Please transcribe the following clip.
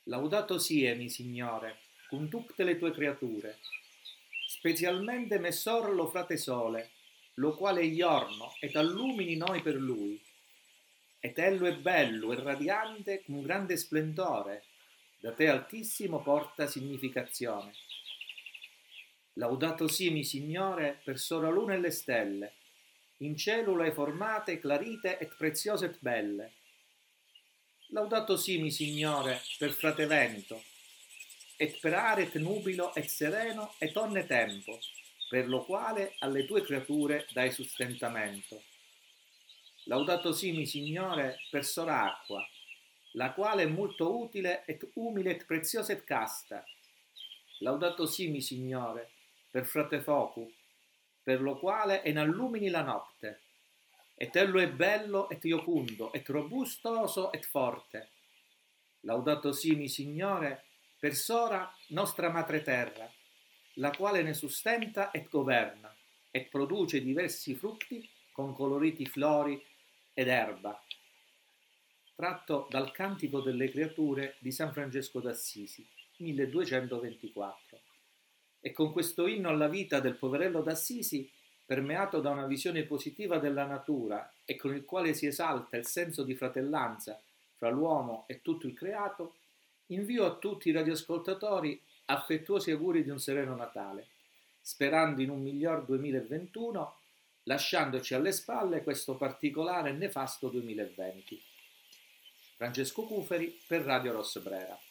Laudato siemi, Signore, con tutte le tue creature, specialmente messor lo frate sole, lo quale è giorno ed allumini noi per lui. Ed ello è bello e radiante con grande splendore, da te altissimo porta significazione. Laudato siemi, Signore, per sora luna e le stelle, in cellule formate, clarite et preziose et belle. Laudato simi, Signore, per frate vento, et per are et nubilo et sereno et onne tempo, per lo quale alle tue creature dai sustentamento. Laudato simi, Signore, per sora acqua, la quale è molto utile et umile et preziosa et casta. Laudato simi, Signore, per frate focu, per lo quale enallumini la notte. Et ello è bello et iocundo, et robustoso et forte. Laudato simi, Signore, per sora nostra madre terra, la quale ne sustenta et governa, et produce diversi frutti con coloriti flori ed erba. Tratto dal Cantico delle Creature di San Francesco d'Assisi, 1224. E con questo inno alla vita del poverello d'Assisi, permeato da una visione positiva della natura e con il quale si esalta il senso di fratellanza fra l'uomo e tutto il creato, invio a tutti i radioascoltatori affettuosi auguri di un sereno Natale, sperando in un miglior 2021, lasciandoci alle spalle questo particolare e nefasto 2020. Francesco Cuferi per Radio Rossbrera.